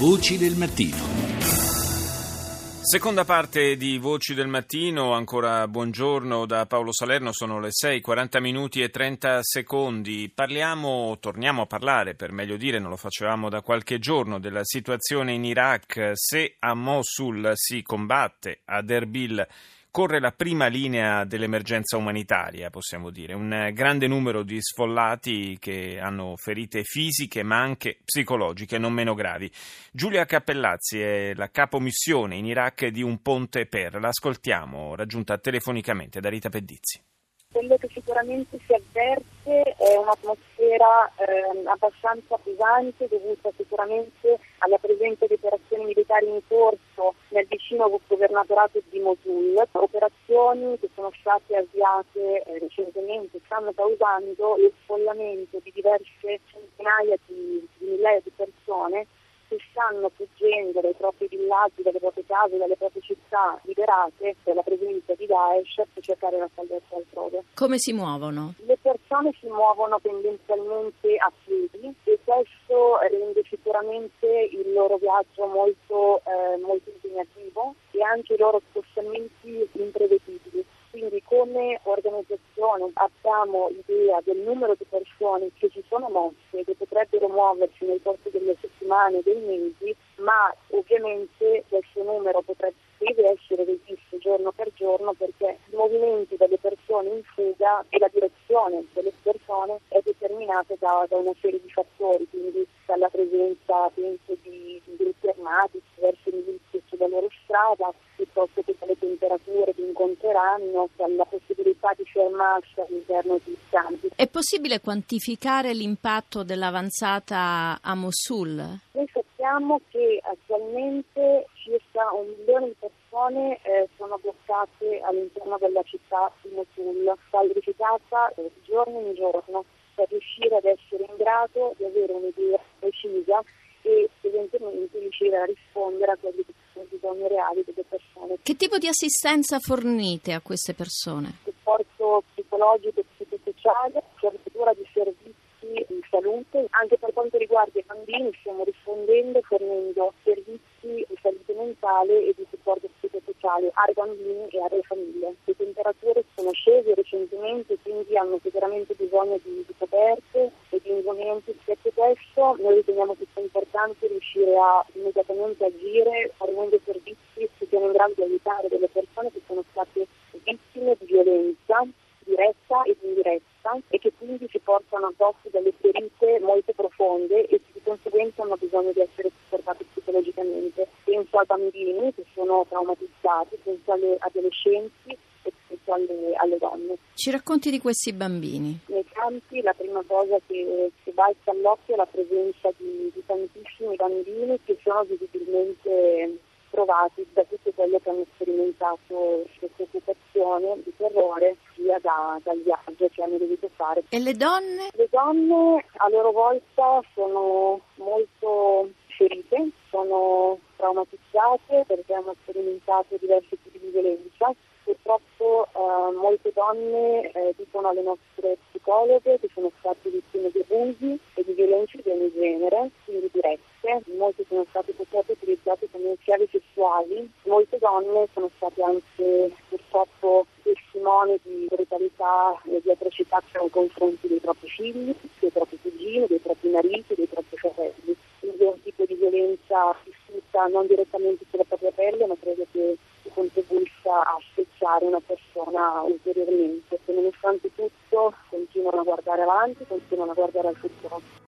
Voci del mattino. Seconda parte di Voci del Mattino, ancora buongiorno da Paolo Salerno, sono le 6:40 e 30 secondi. Torniamo a parlare, per meglio dire, non lo facevamo da qualche giorno, della situazione in Iraq. Se a Mosul si combatte, ad Erbil corre la prima linea dell'emergenza umanitaria, possiamo dire. Un grande numero di sfollati che hanno ferite fisiche ma anche psicologiche non meno gravi. Giulia Cappellazzi è la capomissione in Iraq di Un Ponte Per. L'ascoltiamo, raggiunta telefonicamente da Rita Pedizzi. Quello che sicuramente si avverte è un'atmosfera abbastanza pesante, dovuta sicuramente alla presenza di operazioni militari in corso nel vicino governatorato di Mosul, operazioni che sono state avviate recentemente, stanno causando lo sfollamento di diverse centinaia di migliaia di persone che stanno fuggendo dai propri villaggi, dalle proprie case, dalle proprie città liberate dalla presenza di Daesh per cercare la salvezza altrove. Come si muovono? Le persone si muovono tendenzialmente a piedi e questo rende sicuramente il loro viaggio molto impegnativo e anche i loro spostamenti imprevedibili. Quindi come organizzazione abbiamo idea del numero di persone che si sono mosse, che potrebbero muoversi nel corso delle settimane e dei mesi, ma ovviamente questo numero deve essere rivisto giorno per giorno perché i movimenti delle persone in fuga e la direzione delle persone è determinata da una serie di fattori, quindi dalla presenza penso di gruppi armati, diverse milizie sulla loro strada, piuttosto che dalle temperature che incontreranno, dalla possibilità di fermarsi all'interno di campi. È possibile quantificare l'impatto dell'avanzata a Mosul? Noi sappiamo che attualmente circa 1 milione di persone sono bloccate all'interno della città di Mosul, qualificata di giorno in giorno per riuscire ad essere in grado di avere un'idea precisa e eventualmente riuscire a rispondere a quelli che sono i bisogni reali delle persone. Che tipo di assistenza fornite a queste persone? Supporto psicologico e psicosociale, fornitura di servizi di salute. Anche per quanto riguarda i bambini stiamo rispondendo fornendo servizi di salute mentale e di supporto psicosociale ai bambini e alle famiglie. Le temperature sono scese recentemente, quindi hanno sicuramente bisogno di coperte e di indumenti. Detto questo, noi riteniamo che sia importante riuscire a immediatamente agire fornendo servizi che siano in grado di aiutare delle persone che sono state vittime di violenza diretta ed indiretta e che quindi si portano addosso delle ferite molto profonde e di conseguenza hanno bisogno di essere supportati psicologicamente. Penso ai bambini che sono traumatizzati, penso alle adolescenti e penso alle donne. Ci racconti di questi bambini? Nei campi la prima cosa che balza all'occhio è la presenza di tantissimi bambini che sono visibilmente provati da tutto quello che hanno sperimentato di preoccupazione, di terrore, sia dal viaggio che hanno dovuto fare. E le donne? Le donne a loro volta sono molto ferite, sono traumatizzate perché hanno sperimentato diversi tipi di violenza. Purtroppo molte donne dicono alle nostre psicologhe che sono state vittime di abusi e di violenze di ogni genere, quindi dirette. Molte sono state purtroppo utilizzate come schiave sessuali. Molte donne sono state anche purtroppo testimoni di brutalità e di atrocità nei confronti dei propri figli, dei propri cugini, dei propri mariti, dei propri fratelli. Quindi è un tipo di violenza vissuta non direttamente sulla propria pelle, ma credo che contribuisca a spezzare una persona ulteriormente. E nonostante tutto continuano a guardare avanti, continuano a guardare al futuro.